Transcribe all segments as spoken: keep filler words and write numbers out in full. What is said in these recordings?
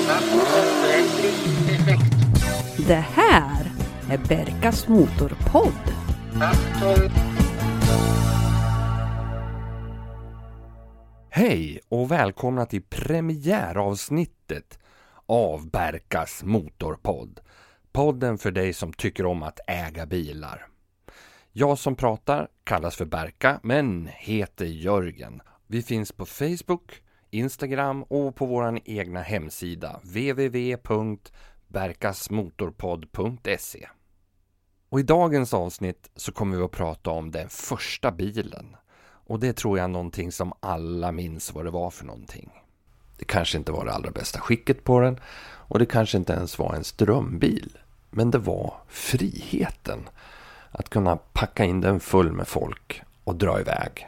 Det här är Berkas Motorpodd. Hej och välkomna till premiäravsnittet av Berkas Motorpodd. Podden för dig som tycker om att äga bilar. Jag som pratar kallas för Berka men heter Jörgen. Vi finns på Facebook, Instagram och på vår egna hemsida w w w punkt berkasmotorpodd punkt se. Och i dagens avsnitt så kommer vi att prata om den första bilen. Och det tror jag är någonting som alla minns vad det var för någonting. Det kanske inte var det allra bästa skicket på den och det kanske inte ens var en drömbil. Men det var friheten att kunna packa in den full med folk och dra iväg.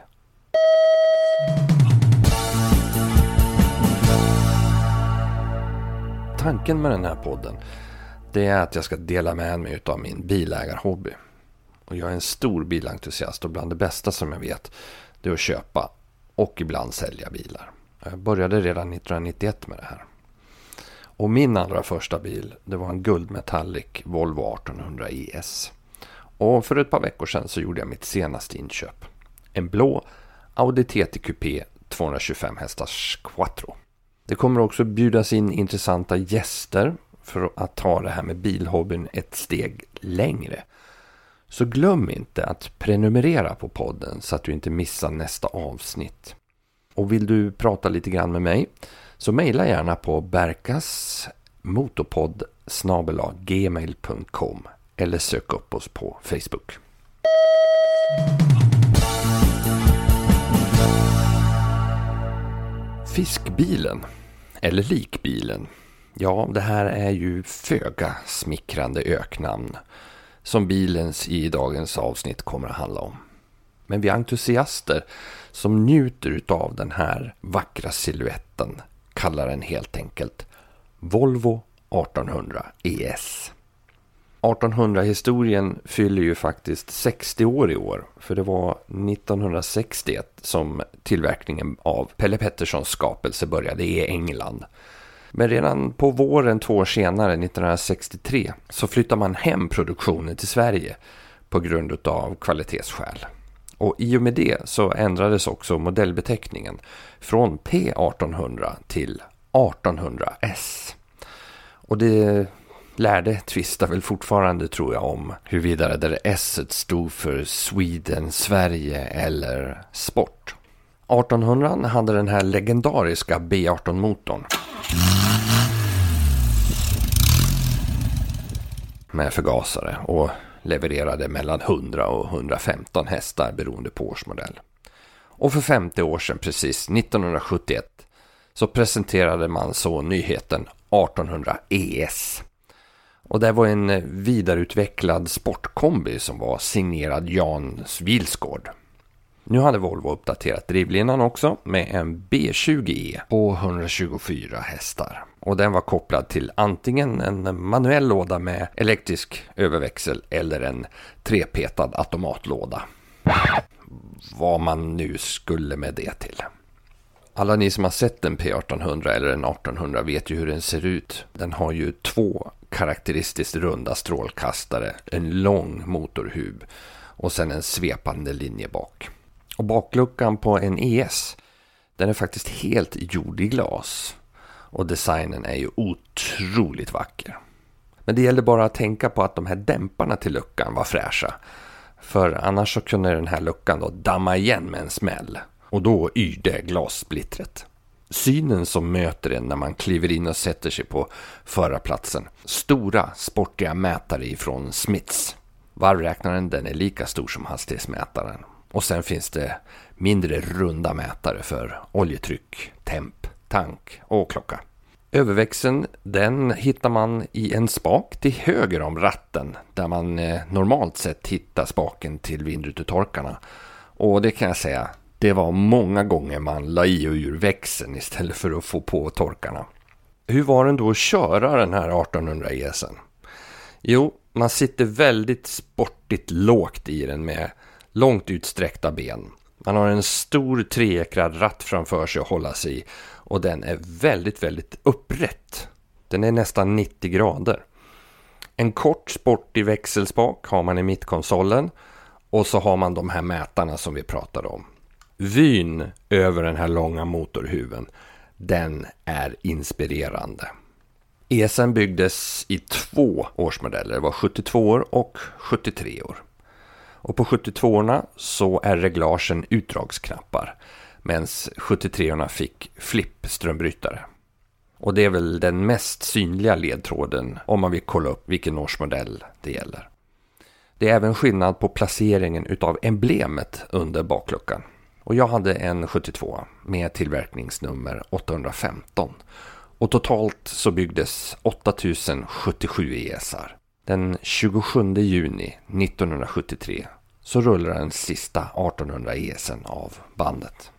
Tanken med den här podden, det är att jag ska dela med mig av min bilägarhobby. Och jag är en stor bilentusiast och bland det bästa som jag vet, det är att köpa och ibland sälja bilar. Jag började redan nittonhundranittioett med det här. Och min allra första bil, det var en guldmetallic Volvo artonhundra E S. Och för ett par veckor sedan så gjorde jag mitt senaste inköp. En blå Audi T T Coupé tvåhundratjugofem hästars Quattro. Det kommer också bjudas in intressanta gäster för att ta det här med bilhobbyn ett steg längre. Så glöm inte att prenumerera på podden så att du inte missar nästa avsnitt. Och vill du prata lite grann med mig så mejla gärna på berkasmotorpodd snabel-a gmail punkt com eller sök upp oss på Facebook. Fiskbilen, eller likbilen. Ja, det här är ju föga smickrande öknamn som bilens i dagens avsnitt kommer att handla om. Men vi entusiaster som njuter av den här vackra siluetten kallar den helt enkelt Volvo artonhundra E S. artonhundra-historien fyller ju faktiskt sextio år i år, för det var nittonhundrasextioett som tillverkningen av Pelle Petterssons skapelse började i England. Men redan på våren två år senare, nittonhundrasextiotre, så flyttar man hem produktionen till Sverige på grund av kvalitetsskäl. Och i och med det så ändrades också modellbeteckningen från P artonhundra till artonhundra S. Och det lärde tvista väl fortfarande, tror jag, om huruvida det S stod för Sweden, Sverige eller sport. artonhundra hade den här legendariska B arton-motorn med förgasare och levererade mellan hundra och hundrafemton hästar beroende på årsmodell. Och för femtio år sedan, precis nittonhundrasjuttioett, så presenterade man så nyheten artonhundra E S. Och det var en vidareutvecklad sportkombi som var signerad Jan Vilsgård. Nu hade Volvo uppdaterat drivlinan också med en B tjugo E på etthundratjugofyra hästar. Och den var kopplad till antingen en manuell låda med elektrisk överväxel eller en trepetad automatlåda. Vad man nu skulle med det till. Alla ni som har sett en P artonhundra eller en artonhundra vet ju hur den ser ut. Den har ju två karaktäristiskt runda strålkastare, en lång motorhub och sen en svepande linje bak. Och bakluckan på en E S, den är faktiskt helt gjord i glas. Och designen är ju otroligt vacker. Men det gäller bara att tänka på att de här dämparna till luckan var fräscha. För annars så kunde den här luckan då damma igen med en smäll. Och då yrde glassplittret. Synen som möter en när man kliver in och sätter sig på förarplatsen. Stora sportiga mätare ifrån Smiths. Varvräknaren, den är lika stor som hastighetsmätaren. Och sen finns det mindre runda mätare för oljetryck, temp, tank och klocka. Överväxeln, den hittar man i en spak till höger om ratten där man eh, normalt sett hittar spaken till vindrutetorkarna. Och det kan jag säga, det var många gånger man la i och ur växeln istället för att få på torkarna. Hur var den då att köra den här artonhundra E S:en? Jo, man sitter väldigt sportigt lågt i den med långt utsträckta ben. Man har en stor treekrad ratt framför sig att hålla sig i och den är väldigt, väldigt upprätt. Den är nästan nittio grader. En kort sportig växelspak har man i mittkonsolen och så har man de här mätarna som vi pratade om. Vyn över den här långa motorhuven, den är inspirerande. E S N byggdes i två årsmodeller, det var sjuttiotvå år och sjuttiotre år. Och på sjuttiotvåorna så är reglagen utdragsknappar, medan sjuttiotreorna fick flippströmbrytare. Och det är väl den mest synliga ledtråden om man vill kolla upp vilken årsmodell det gäller. Det är även skillnad på placeringen utav emblemet under bakluckan. Och jag hade en sjuttiotvå med tillverkningsnummer åttahundrafemton. Och totalt så byggdes åttatusen sjuttiosju E S R. Den tjugosjunde juni nittonhundrasjuttiotre så rullar den sista artonhundra E S en av bandet.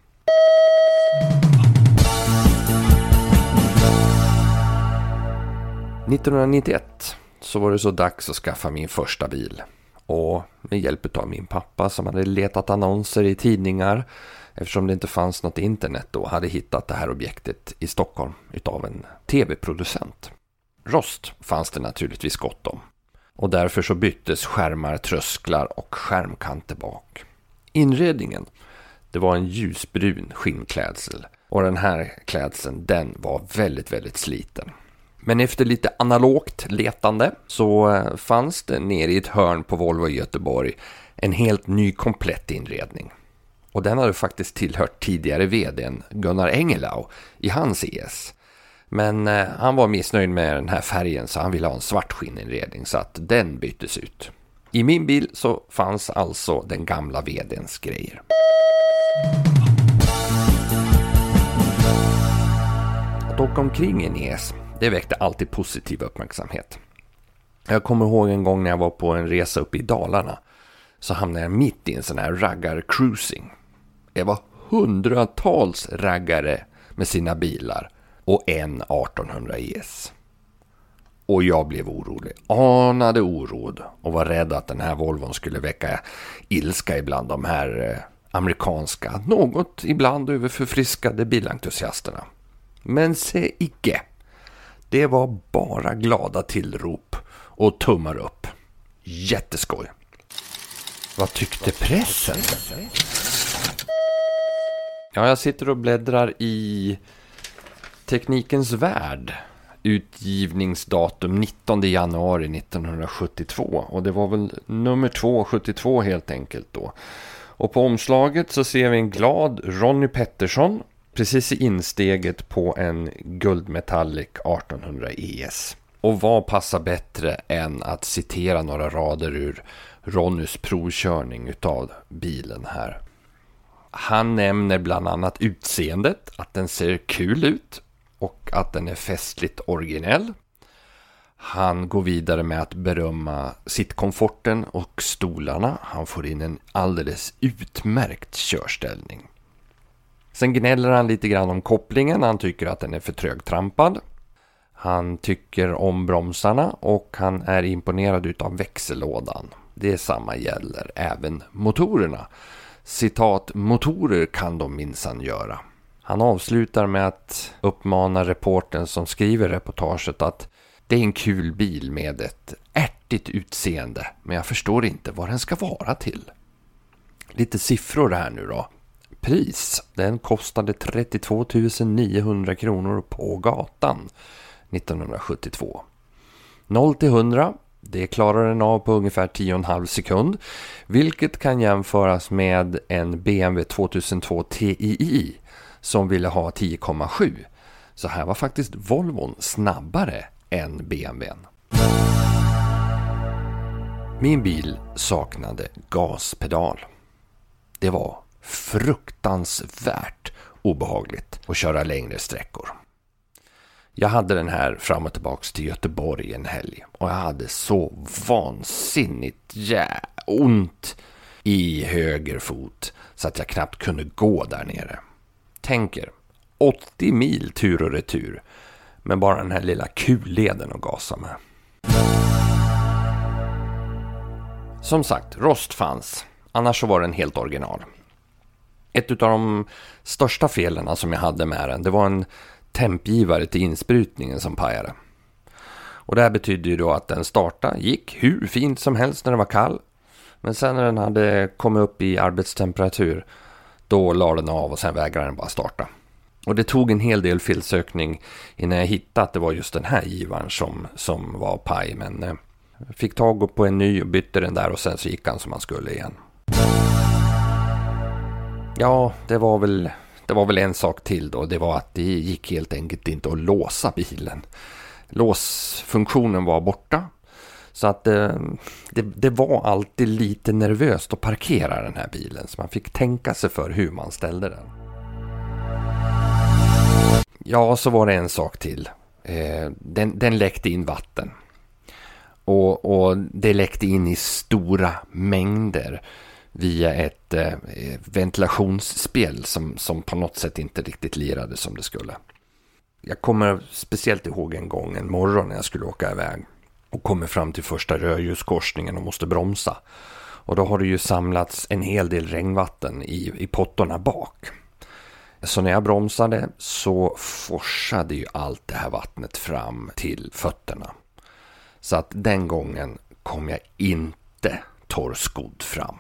nittonhundranittioett så var det så dags att skaffa min första bil. Och med hjälp av min pappa som hade letat annonser i tidningar, eftersom det inte fanns något internet då, hade hittat det här objektet i Stockholm utav en tv-producent. Rost fanns det naturligtvis gott om. Och därför så byttes skärmar, trösklar och skärmkanter bak. Inredningen, det var en ljusbrun skinnklädsel. Och den här klädseln, den var väldigt, väldigt sliten. Men efter lite analogt letande så fanns det nere i ett hörn på Volvo i Göteborg en helt ny komplett inredning. Och den hade faktiskt tillhört tidigare vdn Gunnar Engelau i hans E S. Men eh, han var missnöjd med den här färgen så han ville ha en svart skinninredning så att den byttes ut. I min bil så fanns alltså den gamla vdns grejer. Att åka omkring i en E S, det väckte alltid positiv uppmärksamhet. Jag kommer ihåg en gång när jag var på en resa uppe i Dalarna så hamnade jag mitt i en sån här raggar-cruising. Det var hundratals raggare med sina bilar och en artonhundra E S. Och jag blev orolig, anade oråd och var rädd att den här Volvon skulle väcka ilska ibland de här eh, amerikanska, något ibland överförfriskade bilentusiasterna. Men se icke. Det var bara glada tillrop och tummar upp. Jätteskoj. Vad tyckte pressen? Ja, jag sitter och bläddrar i Teknikens Värld. Utgivningsdatum nittonde januari nittonhundrasjuttiotvå. Och det var väl nummer två sjuttiotvå helt enkelt då. Och på omslaget så ser vi en glad Ronnie Pettersson precis i insteget på en guldmetallic artonhundra E S. Och vad passar bättre än att citera några rader ur Ronnys provkörning utav bilen här. Han nämner bland annat utseendet, att den ser kul ut och att den är festligt originell. Han går vidare med att berömma sittkomforten och stolarna. Han får in en alldeles utmärkt körställning. Sen gnäller han lite grann om kopplingen. Han tycker att den är för trögtrampad. Han tycker om bromsarna och han är imponerad utav växellådan. Det samma gäller även motorerna. Citat, motorer kan de minsann göra. Han avslutar med att uppmana reportern som skriver reportaget att det är en kul bil med ett ärtigt utseende, men jag förstår inte vad den ska vara till. Lite siffror här nu då. Pris, den kostade trettiotvå tusen niohundra kronor på gatan nittonhundrasjuttiotvå. noll till hundra, det klarar den av på ungefär tio och en halv sekund, vilket kan jämföras med en B M W tvåtusentvå T I I som ville ha tio komma sju. Så här var faktiskt Volvon snabbare än B M W:n. Min bil saknade gaspedal. Det var fruktansvärt obehagligt att köra längre sträckor. Jag hade den här fram och tillbaks till Göteborg en helg och jag hade så vansinnigt jä ont i höger fot så att jag knappt kunde gå där nere. Tänker åttio mil tur och retur, men bara den här lilla kulleden att gasa med. Som sagt, rost fanns, annars så var den helt original. Ett av de största felen som jag hade med den, det var en tempgivare till insprutningen som pajade. Och det här betyder ju då att den startade, gick hur fint som helst när den var kall. Men sen när den hade kommit upp i arbetstemperatur, då la den av och sen vägrade den bara starta. Och det tog en hel del filsökning innan jag hittade att det var just den här givaren som, som var paj. Men eh, jag fick tag på en ny och bytte den där och sen så gick han som man skulle igen. Ja, det var väl, det var väl en sak till då. Det var att det gick helt enkelt inte att låsa bilen. Låsfunktionen var borta. Så att eh, det, det var alltid lite nervöst att parkera den här bilen. Så man fick tänka sig för hur man ställde den. Ja, så var det en sak till. Eh, den, den läckte in vatten. Och, och det läckte in i stora mängder via ett eh, ventilationsspel som, som på något sätt inte riktigt lirade som det skulle. Jag kommer speciellt ihåg en gång en morgon när jag skulle åka iväg och kommer fram till första rödljuskorsningen och måste bromsa. Och då har det ju samlats en hel del regnvatten i, i pottorna bak. Så när jag bromsade så forsade ju allt det här vattnet fram till fötterna. Så att den gången kom jag inte torrskodd fram.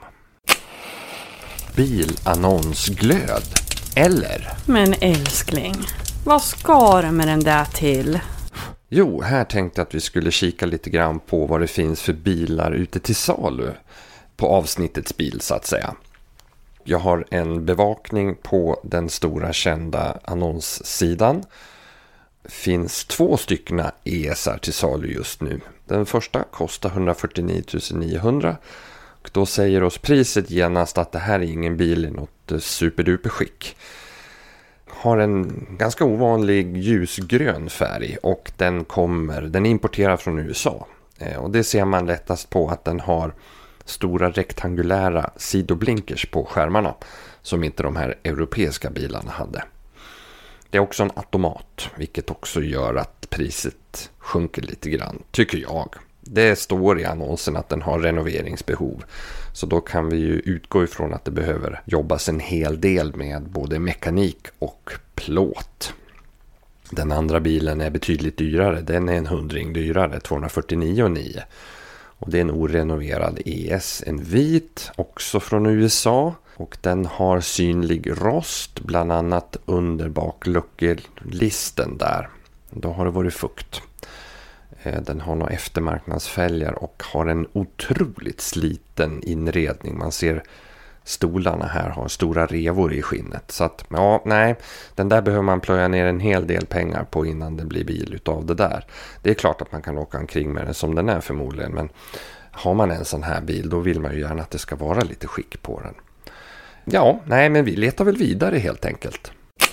Bilannonsglöd, eller? Men älskling, vad ska det med den där till? Jo, här tänkte jag att vi skulle kika lite grann på vad det finns för bilar ute till salu på avsnittets bil så att säga. Jag har en bevakning på den stora kända annonssidan. Finns två stycken E S R till salu just nu. Den första kostar etthundrafyrtionio tusen niohundra. Och då säger oss priset genast att det här är ingen bil i något superduper skick. Har en ganska ovanlig ljusgrön färg och den kommer, den är importerad från U S A. Och det ser man lättast på att den har stora rektangulära sidoblinkers på skärmarna som inte de här europeiska bilarna hade. Det är också en automat, vilket också gör att priset sjunker lite grann, tycker jag. Det står i annonsen att den har renoveringsbehov, så då kan vi ju utgå ifrån att det behöver jobbas en hel del med både mekanik och plåt. Den andra bilen är betydligt dyrare, den är en hundring dyrare, tvåhundrafyrtionio nio. Och det är en orenoverad E S, en vit, också från U S A. Och den har synlig rost, bland annat under bakluckelisten där. Då har det varit fukt. Den har några eftermarknadsfälgar och har en otroligt sliten inredning. Man ser stolarna här har stora revor i skinnet. Så att, ja, nej, den där behöver man plöja ner en hel del pengar på innan det blir bil utav det där. Det är klart att man kan åka omkring med den som den är förmodligen, men har man en sån här bil då vill man ju gärna att det ska vara lite skick på den. Ja, nej, men vi letar väl vidare helt enkelt.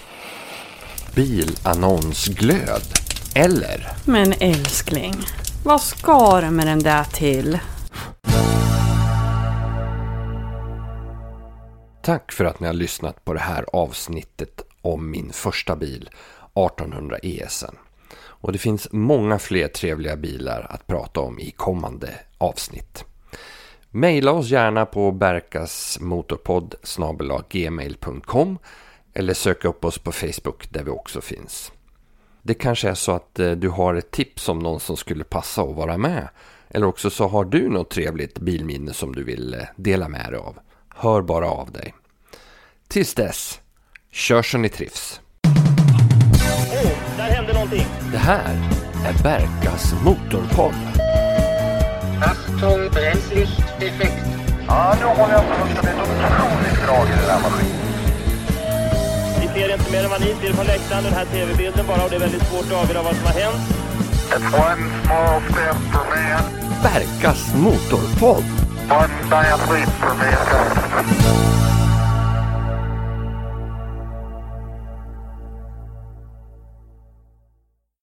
Bilannonsglöd, eller? Men älskling, vad ska det med den där till? Tack för att ni har lyssnat på det här avsnittet om min första bil, artonhundra E S N. Och det finns många fler trevliga bilar att prata om i kommande avsnitt. Maila oss gärna på berkasmotorpodd snabel-a gmail punkt com eller söka upp oss på Facebook där vi också finns. Det kanske är så att du har ett tips om någon som skulle passa att vara med. Eller också så har du något trevligt bilminne som du vill dela med dig av. Hör bara av dig. Tills dess, kör så ni trivs. Åh, oh, där hände någonting. Det här är Berkas motorpodd. Achtung, Bremslichteffekt. Ja, nu håller jag på att det blir ett otroligt drag i den här maskinen. Vi ser inte mer än vad ni ser från läktaren, den här tv-bilden bara, och det är väldigt svårt att avgöra vad som har hänt. It's one small step for man. Berkas motorpodd. One giant leap for mankind.